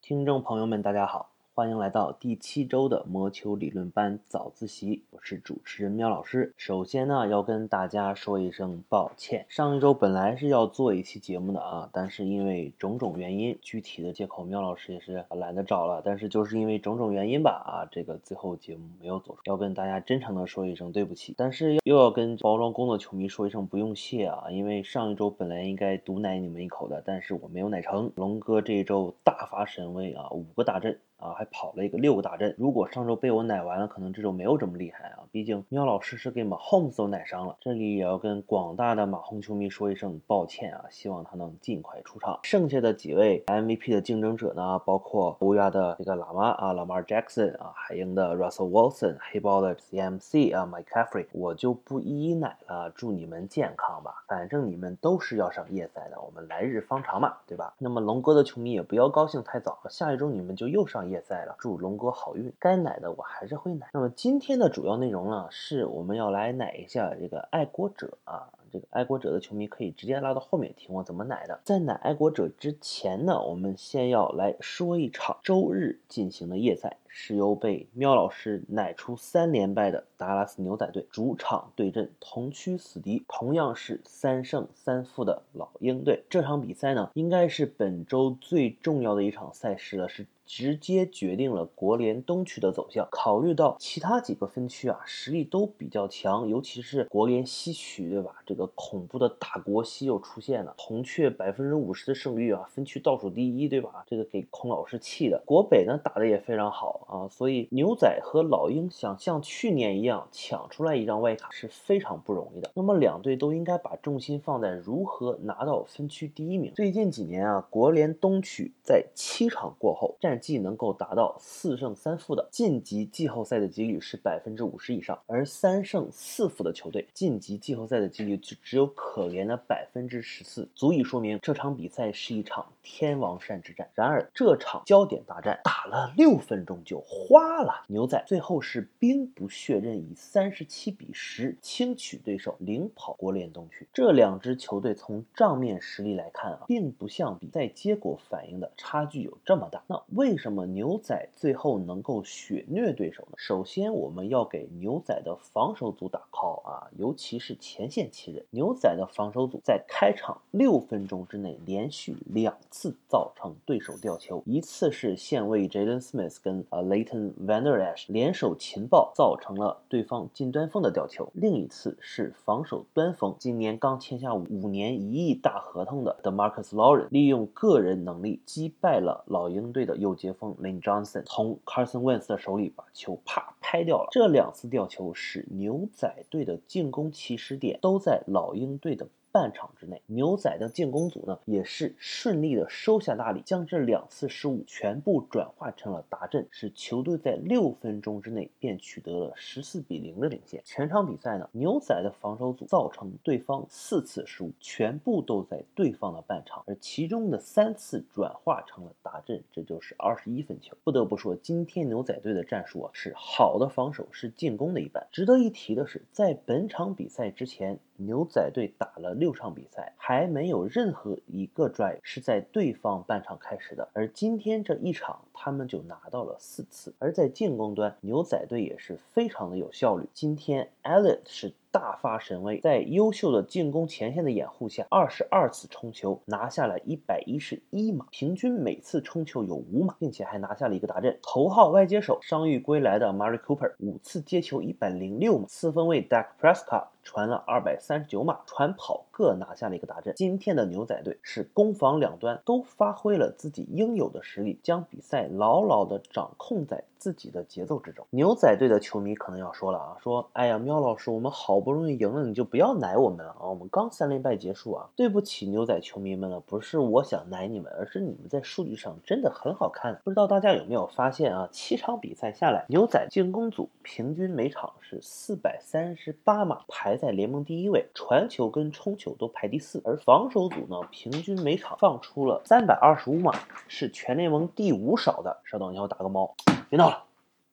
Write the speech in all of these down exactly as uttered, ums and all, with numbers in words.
听众朋友们，大家好，欢迎来到第七周的魔球理论班早自习，我是主持人喵老师。首先呢，要跟大家说一声抱歉，上一周本来是要做一期节目的啊，但是因为种种原因，具体的借口喵老师也是懒得找了，但是就是因为种种原因吧，啊，这个最后节目没有做出，要跟大家真诚的说一声对不起，但是又要跟包装工的球迷说一声不用谢啊，因为上一周本来应该毒奶你们一口的，但是我没有奶成，龙哥这一周大发神威啊，五个大阵。啊，还跑了一个六个大阵。如果上周被我奶完了，可能这周没有这么厉害啊。毕竟喵老师是给马洪斯都奶伤了，这里也要跟广大的马洪球迷说一声抱歉啊，希望他能尽快出场。剩下的几位 M V P 的竞争者呢，包括乌鸦的这个喇嘛啊，Lamar Jackson 啊，海鹰的 Russell Wilson， 黑豹的 C M C 啊 ，McCaffrey， 我就不一一奶了，祝你们健康吧。反正你们都是要上夜赛的，我们来日方长嘛，对吧？那么龙哥的球迷也不要高兴太早，下一周你们就又上夜赛了，祝龙哥好运，该奶的我还是会奶。那么今天的主要内容呢，是我们要来奶一下这个爱国者啊，这个爱国者的球迷可以直接拉到后面听我怎么奶的。在奶爱国者之前呢，我们先要来说一场周日进行的夜赛，是由被喵老师奶出三连败的达拉斯牛仔队主场对阵同区死敌，同样是三胜三负的老鹰队。这场比赛呢，应该是本周最重要的一场赛事了，是直接决定了国联东区的走向。考虑到其他几个分区啊实力都比较强，尤其是国联西区，对吧？这个恐怖的大国西又出现了，红雀百分之五十的胜率啊，分区倒数第一，对吧？这个给孔老师气的。国北呢打的也非常好啊，所以牛仔和老鹰想像去年一样抢出来一张外卡是非常不容易的。那么两队都应该把重心放在如何拿到分区第一名。最近几年啊，国联东区在七场过后战绩能够达到四胜三负的，晋级季后赛的几率是百分之五十以上，而三胜四负的球队晋级季后赛的几率就只有可怜的百分之十四，足以说明这场比赛是一场天王山之战。然而这场焦点大战打了六分钟就花了，牛仔最后是兵不血刃，以三十七比十轻取对手，领跑国联东区。这两支球队从账面实力来看啊，并不像比赛结果反映的差距有这么大。那为什么牛仔最后能够血虐对手呢？首先我们要给牛仔的防守组打 call 啊，尤其是前线七人。牛仔的防守组在开场六分钟之内连续两次造成对手掉球，一次是线卫 Jaden Smith 跟呃 Leighton Vander Esch 联手擒报，造成了对方近端锋的掉球；另一次是防守端锋今年刚签下五年一亿大合同的 DeMarcus Lawrence 利用个人能力击败了老鹰队的右接锋 Lane Johnson， 从 Carson Wentz 的手里把球啪拍掉了。这两次掉球使牛仔队的进攻起始点都在老鹰队的半场之内，牛仔的进攻组呢也是顺利的收下大礼，将这两次失误全部转化成了达阵，使球队在六分钟之内便取得了十四比零的领先。全场比赛呢，牛仔的防守组造成对方四次失误，全部都在对方的半场，而其中的三次转化成了达阵，这就是二十一分球。不得不说，今天牛仔队的战术啊是好的防守是进攻的一半。值得一提的是，在本场比赛之前，牛仔队打了六场比赛，还没有任何一个 drive 是在对方半场开始的，而今天这一场他们就拿到了四次。而在进攻端，牛仔队也是非常的有效率，今天 Elliott 是大发神威，在优秀的进攻前线的掩护下，二十二次冲球拿下了一百一十一码，平均每次冲球有五码，并且还拿下了一个达阵。头号外接手伤愈归来的 Mari Cooper 五次接球一百零六码，四分卫 Dak Prescott 传了二百三十九码，传跑各拿下了一个达阵。今天的牛仔队是攻防两端都发挥了自己应有的实力，将比赛牢牢地掌控在自己的节奏之中。牛仔队的球迷可能要说了啊，说哎呀，喵老师，我们好不容易赢了，你就不要奶我们了啊！我们刚三连败结束啊！对不起，牛仔球迷们了，不是我想奶你们，而是你们在数据上真的很好看。不知道大家有没有发现啊？七场比赛下来，牛仔进攻组平均每场是四百三十八码，排在联盟第一位，传球跟冲球都排第四。而防守组呢，平均每场放出了三百二十五码，是全联盟第五少的。稍等一下，我打个猫，别闹了。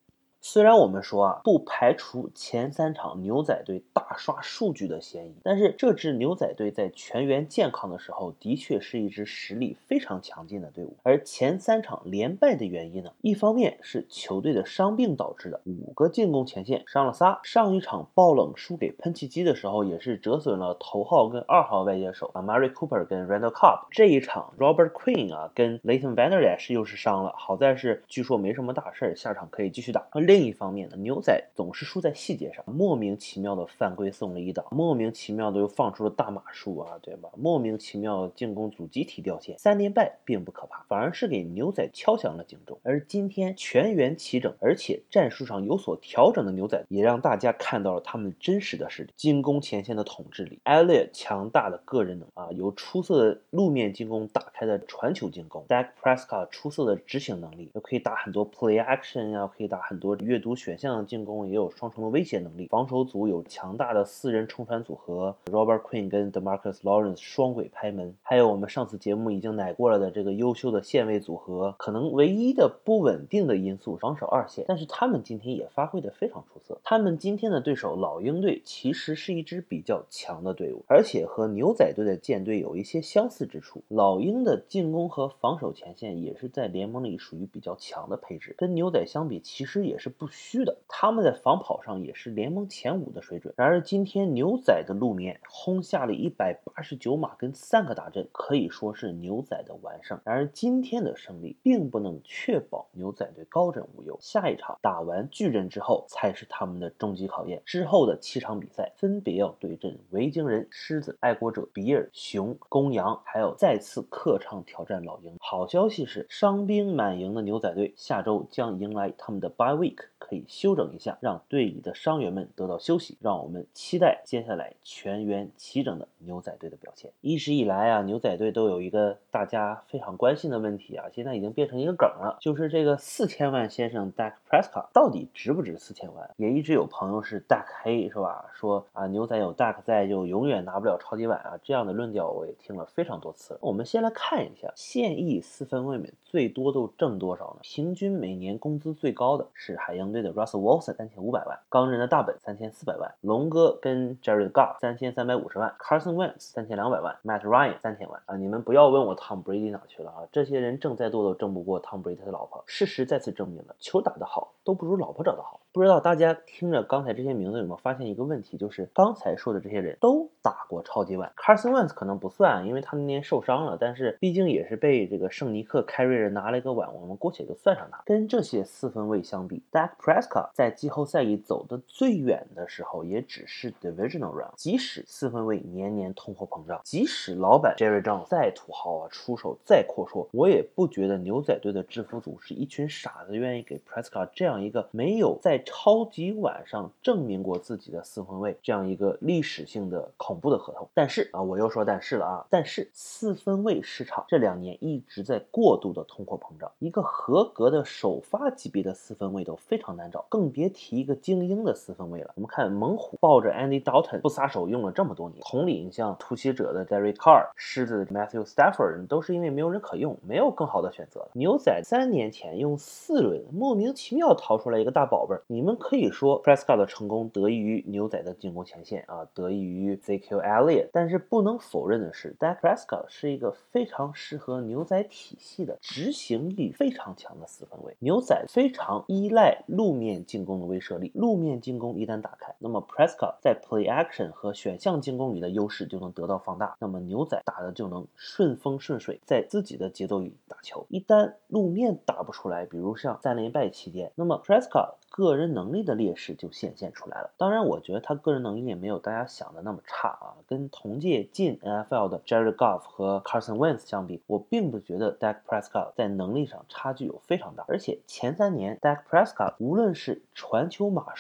虽然我们说啊，不排除前三场牛仔队大刷数据的嫌疑，但是这支牛仔队在全员健康的时候，的确是一支实力非常强劲的队伍。而前三场连败的原因呢，一方面是球队的伤病导致的，五个进攻前线伤了仨，上一场爆冷输给喷气机的时候，也是折损了头号跟二号外接手啊 Murray Cooper 跟 Randall Cobb。这一场 Robert Quinn 啊跟 Leighton Vander Esch 又是伤了，好在是据说没什么大事，下场可以继续打。另一方面呢，牛仔总是输在细节上，莫名其妙的犯规送了一档，莫名其妙的又放出了大码数啊，对吧？莫名其妙进攻组集体掉线，三连败并不可怕，反而是给牛仔敲响了警钟。而今天全员齐整，而且战术上有所调整的牛仔，也让大家看到了他们真实的实力，进攻前线的统治力 Elliott 强大的个人能力啊，有出色的路面进攻打开的传球进攻 Dak Prescott 出色的执行能力，又可以打很多 play action 呀、啊，可以打很多阅读选项的进攻，也有双重的威胁能力。防守组有强大的四人冲传组合 Robert Quinn 跟 DeMarcus Lawrence 双轨拍门，还有我们上次节目已经奶过了的这个优秀的线位组合。可能唯一的不稳定的因素防守二线，但是他们今天也发挥得非常出色。他们今天的对手老鹰队其实是一支比较强的队伍，而且和牛仔队的舰队有一些相似之处。老鹰的进攻和防守前线也是在联盟里属于比较强的配置，跟牛仔相比其实也是不虚的，他们在防跑上也是联盟前五的水准。然而今天牛仔的路面轰下了一百八十九码跟三个大阵，可以说是牛仔的完胜。然而今天的胜利并不能确保牛仔队高枕无忧，下一场打完巨人之后才是他们的终极考验。之后的七场比赛分别要对阵维京人、狮子、爱国者、比尔、熊、公羊，还有再次客场挑战老鹰。好消息是伤兵满营的牛仔队下周将迎来他们的 bye week， 可以休整一下，让队里的伤员们得到休息，让我们期待接下来全员齐整的牛仔队的表现。一直以来啊，牛仔队都有一个大家非常关心的问题啊，现在已经变成一个梗了，就是这个四千万先生 Dak Prescott 到底值不值四千万？也一直有朋友是 Dak 黑是吧？说啊牛仔有 Dak 在就永远拿不了超级碗啊，这样的论调我也听了非常多次。我们先来看一下现役四分卫们最多都挣多少呢？平均每年工资最高的是海鹰队的 Russell Wilson 三千五百万，钢人的大本三千四百万，龙哥跟 Jared Goff 三千三百五十万 ，Carson Wentz 三千两百万 ，Matt Ryan 三千万啊！你们不要问我 Tom Brady 哪去了啊？这些人挣再多都挣不过 Tom Brady 的老婆。事实再次证明了，球打得好都不如老婆找得好。不知道大家听着刚才这些名字有没有发现一个问题，就是刚才说的这些人都打过超级碗 ，Carson Wentz 可能不算，因为他那年受伤了，但是毕竟也是被这个圣尼克凯瑞尔拿了一个碗，我们姑且就算上他。跟这些四分卫相比 ，Dak Prescott 在季后赛里走的最远的时候，也只是 Divisional Round。即使四分卫年年通货膨胀，即使老板 Jerry Jones 再土豪啊，出手再阔绰，我也不觉得牛仔队的制服组是一群傻子愿意给 Prescott 这样一个没有在超级碗上证明过自己的四分卫这样一个历史性的恐怖的合同。但是啊，我又说但是了啊，但是四分卫市场这两年一直在过度的通货膨胀，一个合格的首发级别的四分卫都非常难找，更别提一个精英的四分卫了。我们看猛虎抱着 Andy Dalton 不撒手用了这么多年，同理，像突袭者的 Derek Carr、狮子的 Matthew Stafford 都是因为没有人可用，没有更好的选择了。牛仔三年前用四轮莫名其妙逃出来一个大宝贝，你们可以说 Prescott 的成功得益于牛仔的进攻前线啊，得益于 Ezekiel Elliott， 但是不能否认的是 Dak Prescott 是一个非常适合牛仔体系的执行力非常强的四分卫。牛仔非常依赖路面进攻的威慑力，路面进攻一旦打开，那么 Prescott 在 play action 和选项进攻里的优势就能得到放大，那么牛仔打的就能顺风顺水，在自己的节奏里打球。一旦路面打不出来，比如像三连败期间，那么 Prescott 个人能力的劣势就显现出来了。当然我觉得他个人能力也没有大家想的那么差啊，跟同届进 N F L 的 Jared Goff 和 Carson Wentz 相比，我并不觉得 Dak Prescott 在能力上差距有非常大。而且前三年 Dak Prescott 无论是传球码数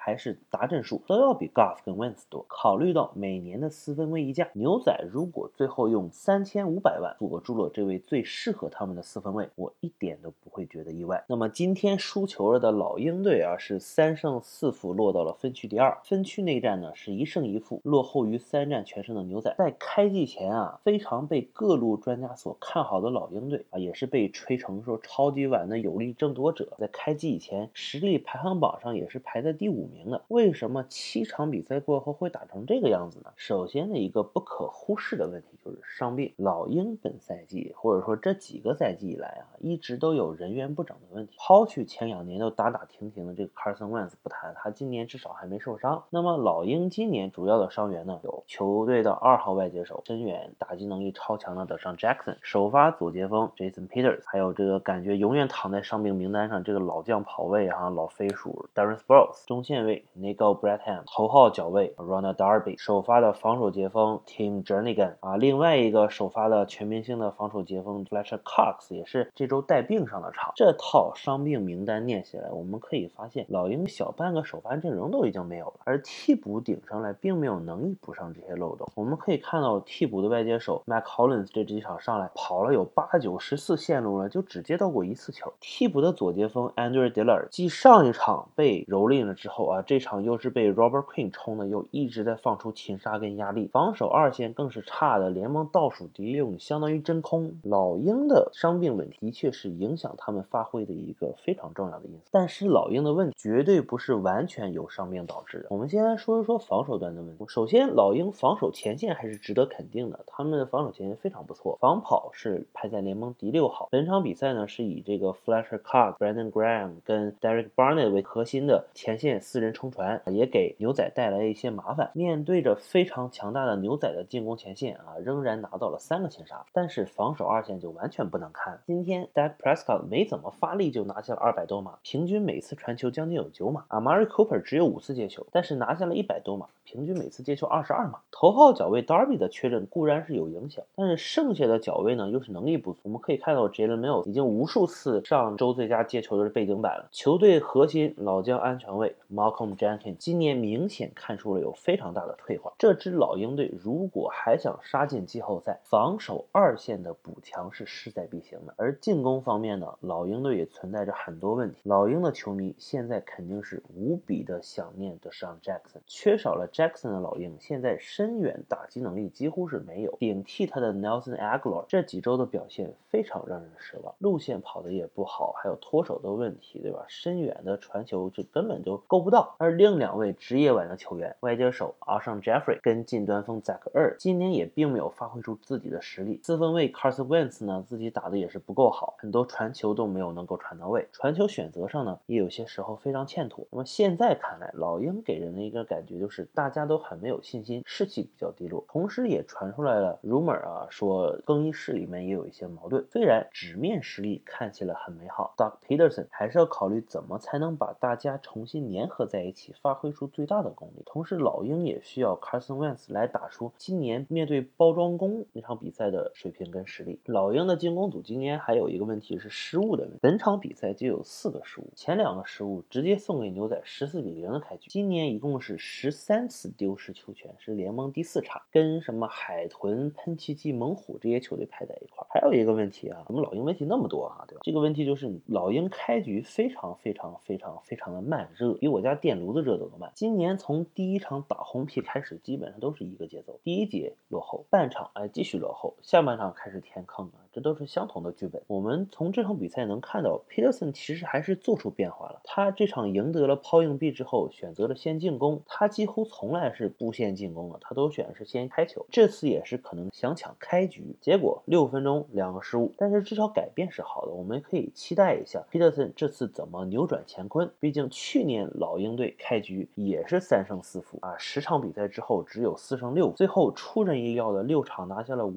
还是达阵数，都要比 Goff 跟 Wentz 多。考虑到每年的四分卫溢价，牛仔如果最后用三千五百万锁住了这位最适合他们的四分卫，我一点都不会觉得意外。那么今天输球了的老鹰队啊，是三胜四负落到了分区第二。分区内战呢是一胜一负，落后于三战全胜的牛仔。在开季前啊，非常被各路专家所看好的老鹰队啊，也是被吹成说超级碗的有力争夺者。在开季以前，实力排行榜上也是排在第五名的。为什么七场比赛过后会打成这个样子呢？首先的一个不可忽视的问题就是伤病。老鹰本赛季或者说这几个赛季以来啊，一直都有人员不整的问题。抛去前两年都打打停停的这个 Carson Wentz 不谈，他今年至少还没受伤。那么老鹰今年主要的伤员呢，有球队的二号外接手，深远打击能力超强的德尚 Jackson， 首发左接锋 Jason Peters， 还有这个感觉永远躺在伤病名单上这个老将跑位啊，老飞鼠 Darren Sproles， 中线位 Nico Bradham， 头号脚位 Ronald Darby， 首发的防守截锋 Tim Jernigan 啊，另外一个首发的全明星的防守截锋 Fletcher Cox 也是这周带病上的场。这套伤病名单念起来，我们可以发现老鹰小半个首发阵容都已经没有了，而替补顶上来并没有能力补上这些漏洞。我们可以看到替补的外接手 Mac Hollins 这几场上来跑了有八九十次线路了，就只接到过一次球。替补的左接锋 Andrew Dillard 继上一场被蹂躏了之后啊，这场又是被 Robert Quinn 冲的，又一直在放出擒杀跟压力，防守二线更是差的联盟倒数第六，相当于真空。老鹰的伤病问题的确是影响他们发挥的一个非常重要的因素，但是老鹰的问题绝对不是完全由伤病导致的。我们先来说一说防守端的问题。首先老鹰防守前线还是值得肯定的，他们的防守前线非常不错，防跑是排在联盟第六好。本场比赛呢是以这个 Fletcher Cox、Brandon Graham 跟 Derek Barnett 为核心的前线四人冲传，也给牛仔带来一些麻烦。面对着非常强大的牛仔的进攻前线啊，仍然拿到了三个擒杀，但是防守二线就完全不能看。今天 Dak Prescott 没怎么发力就拿下了二百多码，平均每次传球将近有九码。Amari Cooper 只有五次接球，但是拿下了一百多码，平均每次接球二十二码。头号脚位 Darby 的缺阵固然是有影响，但是剩下的脚位呢又是能力不足。我们可以看到 Jalen Mills 已经无数次上周最佳接球的背景板了。球队核心老将安全卫 Malcolm Jenkins 今年明显看出了有非常大的退化。这支老鹰队如果还想杀进季后赛，防守二线的补强是势在必行的。而进攻方面呢，老鹰队也存在着很多问题。老鹰的球迷现在肯定是无比的想念的上 Jackson， 缺少了 Jackson 的老鹰现在深远打击能力几乎是没有，顶替他的 Nelson Aguilar 这几周的表现非常让人失望，路线跑得也不好，还有脱手的问题，对吧？深远的传球就根本就够不到。而另两位职业碗的球员，外接手 Alshon Jeffrey 跟近端锋 Zach Ertz 今年也并没有发挥出自己的实力。四分卫 Carson Wentz 呢，自己打的也是不够好，很多传球都没有能够传到位，传球选择上呢也有些时候非常欠妥。那么现在看来，老鹰给人的一个感觉就是大家都很没有信心，士气比较低落。同时也传出来了 rumor 啊，说更衣室里面也有一些矛盾。虽然纸面实力看起来很美好， Doug Peterson 还是要考虑怎么才能把大家重新粘合在一起，发挥出最大的功力。同时老鹰也需要 Carson Wentz 来打出今年面对包装工那场比赛的水平跟实力。老鹰的进攻组今年还有一个问题是失误的问题，本场比赛就有四个失误，前两个失误直接送给牛仔十四比零的开局。今年一共是十三次丢失球权，是联盟第四差，跟什么海豚、喷气机、猛虎这些球队排在一块。还有一个问题啊，我们老鹰问题那么多啊，对吧？这个问题就是老鹰开局非常非常非常非常的慢热，比我家电炉子热都慢。今年从第一场打红皮开始，基本上都是一个节奏，第一节落后，半场哎继续落后，下半场开始填坑啊，这都是相同的剧本。我们从这场比赛能看到 Peterson 其实还是做出变化了，他这场赢得了抛硬币之后选择了先进攻，他几乎从来是不先进攻的，他都选的是先开球。这次也是可能想抢开局，结果六分钟两个失误，但是至少改变是好的，我们可以期待一下 Peterson 这次怎么扭转乾坤。毕竟去年老鹰队开局也是三胜四负啊，十场比赛之后只有四胜六负，最后出人意料的六场拿下了五场啊，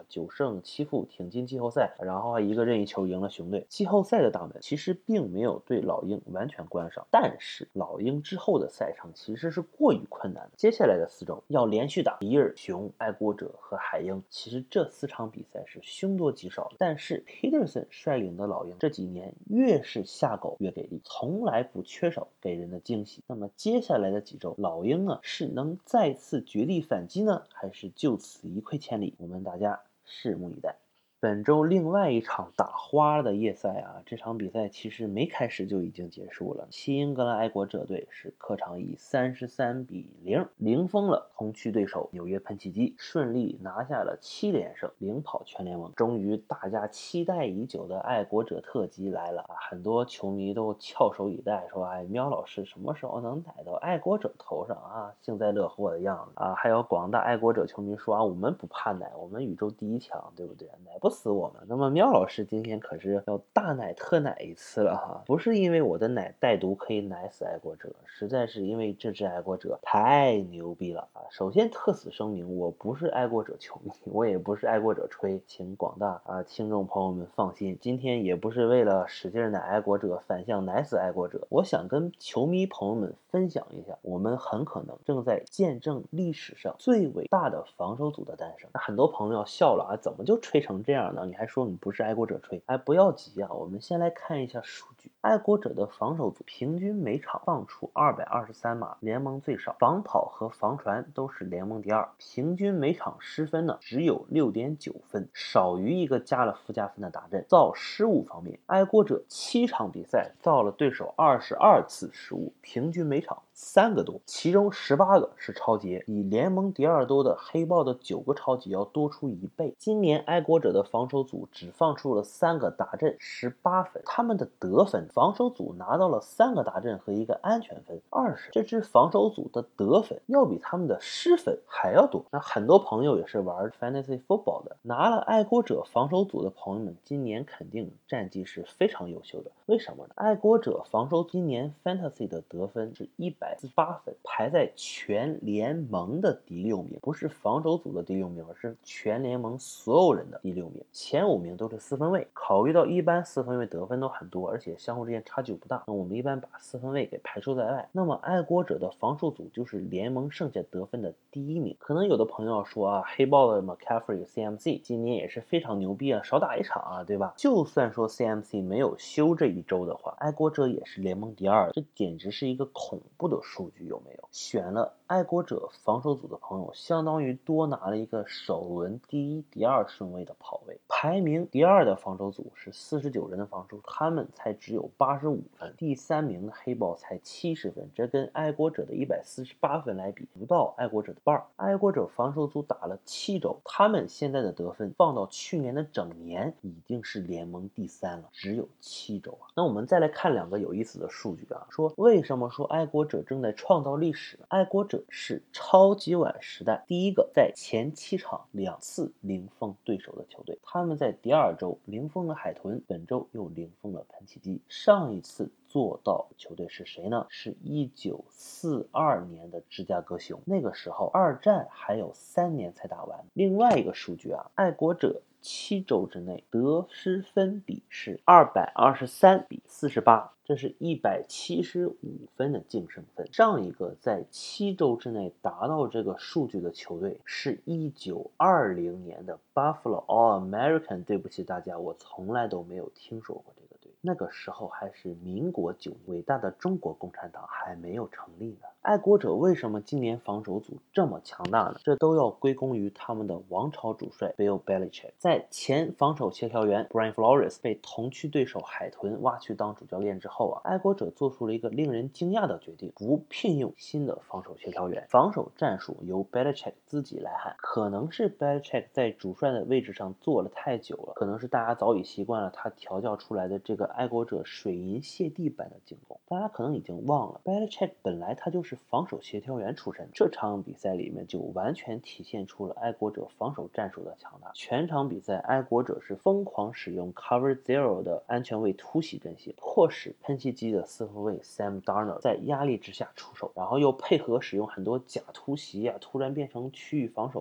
九胜七负挺进季后赛，然后还一个任意球赢了熊队。季后赛的大门其实并没有对老鹰完全关上，但是老鹰之后的赛程其实是过于困难的。接下来的四周要连续打比尔、熊、爱国者和海鹰，其实这四场比赛是凶多吉少的。但是 Peterson 率领的老鹰这几年越是下狗越给力，从来不缺少给人的惊喜。那么接下来的几周，老鹰呢是能再次绝地反击呢，还是就此一溃千里？我们大家拭目以待。本周另外一场打花的夜赛啊，这场比赛其实没开始就已经结束了。西英格兰爱国者队是客场以三十三比零零封了同区对手纽约喷气机，顺利拿下了七连胜，领跑全联盟。终于大家期待已久的爱国者特辑来了啊！很多球迷都翘首以待，说哎，喵老师什么时候能逮到爱国者头上啊？幸灾乐祸的样子啊！还有广大爱国者球迷说啊，我们不怕奶，我们宇宙第一强，对不对？奶不死我们。那么喵老师今天可是要大奶特奶一次了哈，不是因为我的奶带毒可以奶死爱国者，实在是因为这支爱国者太牛逼了啊！首先特此声明，我不是爱国者球迷，我也不是爱国者吹，请广大啊听众朋友们放心，今天也不是为了使劲奶爱国者反向奶死爱国者，我想跟球迷朋友们分享一下，我们很可能正在见证历史上最伟大的防守组的诞生。很多朋友要笑了啊，怎么就吹成这样呢？你还说你不是爱国者吹？哎，不要急啊，我们先来看一下数据。爱国者的防守组平均每场放出二百二十三码，联盟最少，防跑和防传都是联盟第二，平均每场失分呢只有 六点九分，少于一个加了附加分的打阵。造失误方面，爱国者七场比赛造了对手二十二次失误，平均每场三个多，其中十八个是抄截，比联盟第二多的黑豹的九个抄截要多出一倍。今年爱国者的防守组只放出了三个打阵，十八分，他们的得分，防守组拿到了三个打阵和一个安全分，二十。这支防守组的得分要比他们的失分还要多。那很多朋友也是玩 Fantasy Football 的，拿了爱国者防守组的朋友们，今年肯定战绩是非常优秀的。为什么呢？爱国者防守今年 Fantasy 的得分是一百四十八分，排在全联盟的第六名，不是防守组的第六名，而是全联盟所有人的第六名。前五名都是四分卫，考虑到一般四分卫得分都很多，而且相互之间差距不大，那我们一般把四分卫给排除在外。那么爱国者的防守组就是联盟剩下得分的第一名。可能有的朋友要说啊，黑豹的 McCaffrey C M C 今年也是非常牛逼啊，少打一场啊，对吧？就算说 C M C 没有休这一周的话，爱国者也是联盟第二，这简直是一个恐怖的数据，有没有？选了爱国者防守组的朋友，相当于多拿了一个首轮第一、第二顺位的跑位。排名第二的防守组是四十九人的防守，他们才只有八十五分，第三名的黑豹才七十分，这跟爱国者的一百四十八分来比，不到爱国者的半。爱国者防守组打了七周，他们现在的得分放到去年的整年已经是联盟第三了，只有七周啊。那我们再来看两个有意思的数据啊，说为什么说爱国者正在创造历史呢？爱国者是超级碗时代第一个在前七场两次零封对手的球队，他们在第二周零封了海豚，本周又零封了喷气机。上一次做到球队是谁呢？是一九四二年的芝加哥熊，那个时候二战还有三年才打完。另外一个数据啊，爱国者七周之内得失分比是二百二十三比四十八，这是一百七十五分的净胜分。上一个在七周之内达到这个数据的球队是一九二零年的 Buffalo All-American。对不起大家，我从来都没有听说过这个队。那个时候还是民国九年，伟大的中国共产党还没有成立呢。爱国者为什么今年防守组这么强大呢？这都要归功于他们的王朝主帅 Bill Belichick。在前防守协调员 Brian Flores 被同区对手海豚挖去当主教练之后啊，爱国者做出了一个令人惊讶的决定，不聘用新的防守协调员，防守战术由 Belichick 自己来喊。可能是 Belichick 在主帅的位置上坐了太久了，可能是大家早已习惯了他调教出来的这个爱国者水银泻地般的进攻。大家可能已经忘了 Belichick 本来他就是防守协调员出身，这场比赛里面就完全体现出了爱国者防守战术的强大。全场比赛爱国者是疯狂使用 Cover Zero 的安全卫突袭阵型，迫使喷气机的四分卫 Sam Darnold 在压力之下出手，然后又配合使用很多假突袭啊，突然变成区域防守，让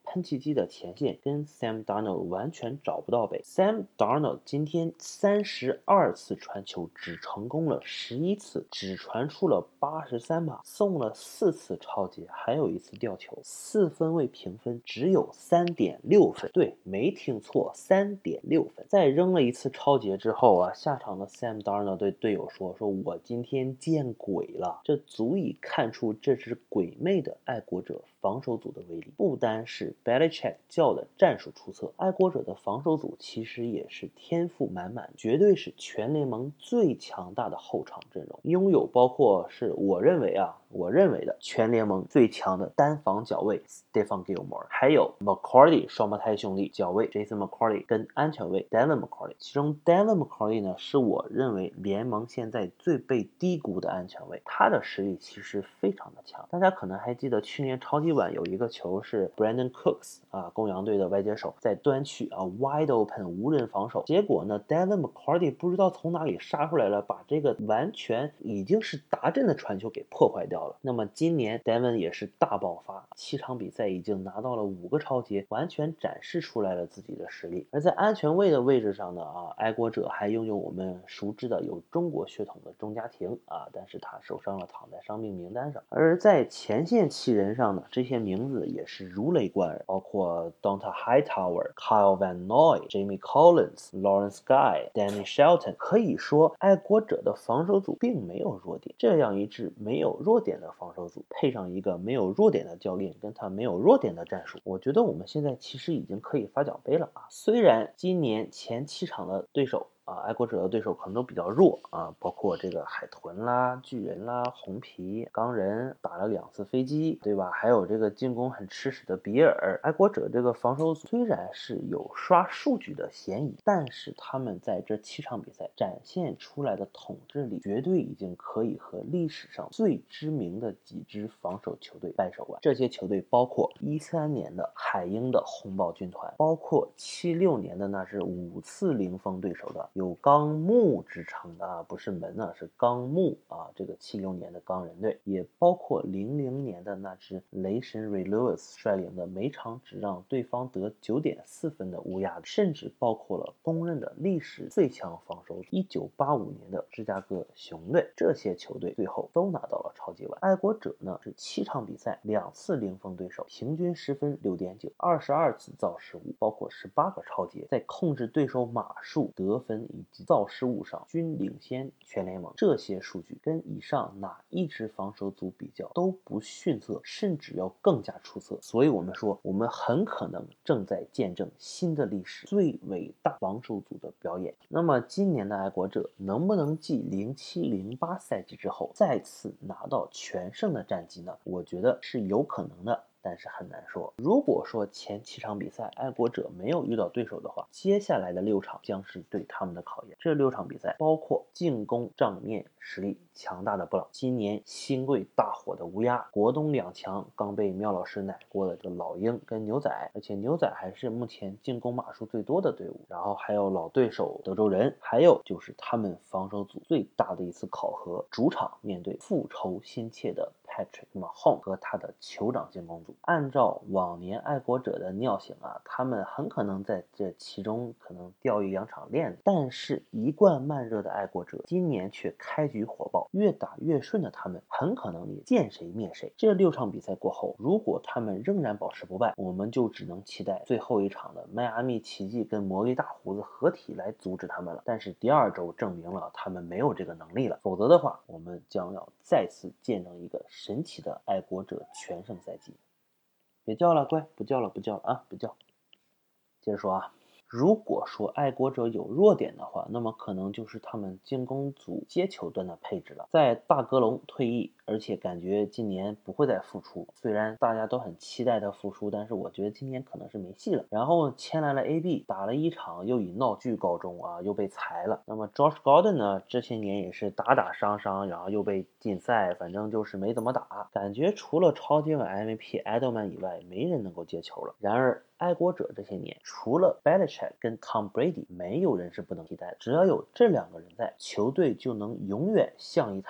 喷气机的前线跟 Sam Darnold 完全找不到北。Sam Darnold 今天三十二次传球只成功了十一次，只传出了八十三码，送了四次超节，还有一次吊球，四分位评分只有 三点六 分。对，没听错 ，三点六 分。在扔了一次超节之后啊，下场的 Sam Darnold 对队友说：“说我今天见鬼了！”这足以看出这支鬼魅的爱国者防守组的威力。不单是 Belichick 教的战术出色，爱国者的防守组其实也是天赋满满，绝对是全联盟最强大的后场阵容，拥有包括是我认为啊，我认为的全联盟最强的单防脚卫 Stephon Gilmore， 还有 McCourty 双胞胎兄弟脚卫 Jason McCourty 跟安全卫 Devin McCourty， 其中 Devin McCourty 呢是我认为联盟现在最被低估的安全卫，他的实力其实非常的强。大家可能还记得去年超级碗有一个球是 Brandon Cooks 啊，公羊队的外接手在端区啊 wide open 无人防守，结果呢 Devin McCourty 不知道从哪里杀出来了，把这个完全已经是达阵的传球给破坏掉了。那么今年 Devin 也是大爆发，七场比赛已经拿到了五个超节，完全展示出来了自己的实力。而在安全卫的位置上呢啊，爱国者还拥有我们熟知的有中国血统的钟家庭啊，但是他受伤了，躺在伤病名单上。而在前线七人上呢，这些名字也是如雷贯耳，包括 Donta Hightower、Kyle Van Noy、Jamie Collins、Lawrence Guy、Danny Shelton， 可以说爱国者的防守组并没有弱点。这样一支没有弱点的防守组，配上一个没有弱点的教练，跟他没有弱点的战术，我觉得我们现在其实已经可以发奖杯了啊！虽然今年前七场的对手啊，爱国者的对手可能都比较弱啊，包括这个海豚啦、巨人啦、红皮、钢人打了两次飞机，对吧？还有这个进攻很吃屎的比尔。爱国者这个防守组虽然是有刷数据的嫌疑，但是他们在这七场比赛展现出来的统治力，绝对已经可以和历史上最知名的几支防守球队掰手腕。这些球队包括一三年的海鹰的红豹军团，包括七六年的那支五次零封对手的有钢木之称的啊，不是门啊，是钢木啊。这个七六年的钢人队，也包括零零年的那支雷神 Ray Lewis 率领的每场只让对方得 九点四 分的乌鸦，甚至包括了公认的历史最强防守一九八五年的芝加哥熊队。这些球队最后都拿到了超级碗。爱国者呢是七场比赛两次零封对手，平均十分 六点九， 二十二次造失误，包括十八个超节，在控制对手码数、得分以及造失误上均领先全联盟。这些数据跟以上哪一支防守组比较都不逊色，甚至要更加出色。所以我们说，我们很可能正在见证新的历史最伟大防守组的表演。那么今年的爱国者能不能继零七零八赛季之后再次拿到全胜的战绩呢？我觉得是有可能的，但是很难说。如果说前七场比赛爱国者没有遇到对手的话，接下来的六场将是对他们的考验。这六场比赛包括进攻账面实力强大的布朗，今年新贵大火的乌鸦，国东两强刚被喵老师奶过的这个老鹰跟牛仔，而且牛仔还是目前进攻码数最多的队伍。然后还有老对手德州人，还有就是他们防守组最大的一次考核，主场面对复仇心切的Patrick Mahomes 和他的酋长进攻组。按照往年爱国者的尿性啊，他们很可能在这其中可能掉一两场链子，但是一贯慢热的爱国者今年却开局火爆，越打越顺的他们很可能也见谁灭谁。这六场比赛过后，如果他们仍然保持不败，我们就只能期待最后一场的迈阿密奇迹跟魔力大胡子合体来阻止他们了。但是第二周证明了他们没有这个能力了，否则的话，我们将要再次见证一个神奇的爱国者全胜赛季。别叫了，乖，不叫了，不叫了啊，不叫。接着说啊，如果说爱国者有弱点的话，那么可能就是他们进攻组接球端的配置了。在大格隆退役，而且感觉今年不会再复出，虽然大家都很期待他复出，但是我觉得今年可能是没戏了。然后签来了 A B， 打了一场又以闹剧告终啊，又被裁了。那么 Josh Gordon 呢，这些年也是打打伤伤，然后又被禁赛，反正就是没怎么打，感觉除了超级碗 M V P Edelman 以外，没人能够接球了。然而爱国者这些年除了 Belichick 跟 Tom Brady， 没有人是不能替代的。只要有这两个人在，球队就能永远像一台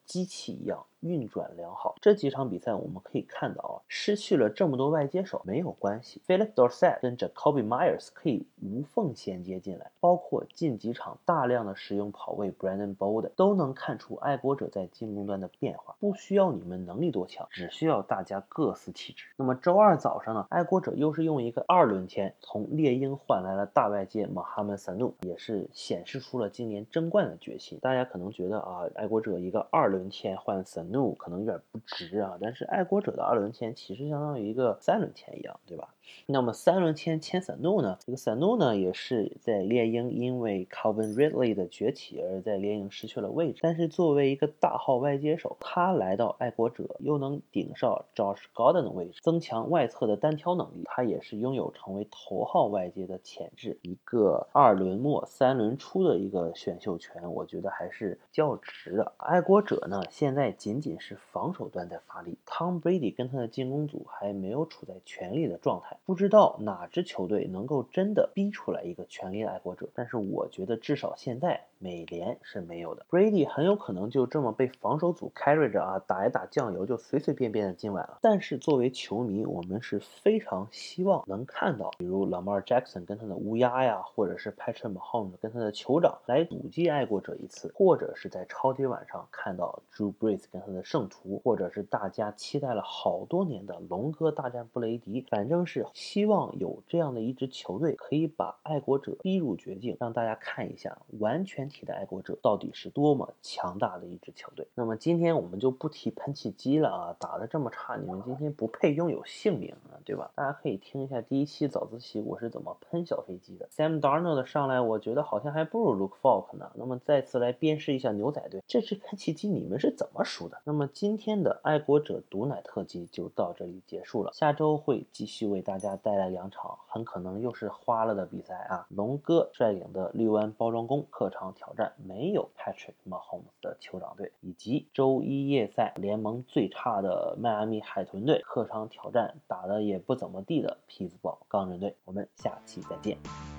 机器一样运转良好。这几场比赛我们可以看到啊，失去了这么多外接手没有关系 ，Philip Dorsett 跟 Jacoby Myers 可以无缝衔接进来，包括近几场大量的使用跑位 Brandon Bolden 都能看出爱国者在进攻端的变化。不需要你们能力多强，只需要大家各司其职。那么周二早上呢，爱国者又是用一个二轮签从猎鹰换来了大外接 Mohamed Sanu， 也是显示出了今年争冠的决心。大家可能觉得啊，爱国者一个二轮签换 Sanu 可能有点不值啊，但是爱国者的二轮签其实相当于一个三轮签一样，对吧？那么三轮签签 Sanu 呢，这个 Sanu 呢也是在猎鹰因为 Calvin Ridley 的崛起而在猎鹰失去了位置，但是作为一个大号外接手，他来到爱国者又能顶上 Josh Gordon 的位置，增强外侧的单挑能力，他也是拥有成为头号外接的潜质。一个二轮末三轮初的一个选秀权，我觉得还是较值的。爱国者呢现在仅仅是防守端在发力， Tom Brady 跟他的进攻组还没有处在全力的状态，不知道哪支球队能够真的逼出来一个全力的爱国者，但是我觉得至少现在美联是没有的。 Brady 很有可能就这么被防守组 carry 着啊，打一打酱油就随随便便的进晚了。但是作为球迷，我们是非常希望能看到比如 Lamar Jackson 跟他的乌鸦呀，或者是 Patrick Mahomes 跟他的酋长来阻击爱国者一次，或者是在超级碗上看到 Drew Brees 跟他的圣徒，或者是大家期待了好多年的龙哥大战布雷迪，反正是希望有这样的一支球队可以把爱国者逼入绝境，让大家看一下完全体的爱国者到底是多么强大的一支球队。那么今天我们就不提喷气机了啊，打得这么差，你们今天不配拥有姓名啊，对吧？大家可以听一下第一期早自习我是怎么喷小飞机的。 Sam Darnold 上来我觉得好像还不如 Luke Falk 呢。那么再次来鞭尸一下牛仔队，这支喷气机你们是怎么输的？那么今天的爱国者毒奶特辑就到这里结束了，下周会继续为大家带来两场很可能又是花了的比赛啊。龙哥率领的绿湾包装工客场挑战没有 Patrick Mahomes 的酋长队，以及周一夜赛联盟最差的迈阿密海豚队客场挑战打得也不怎么地的匹兹堡钢人队。我们下期再见。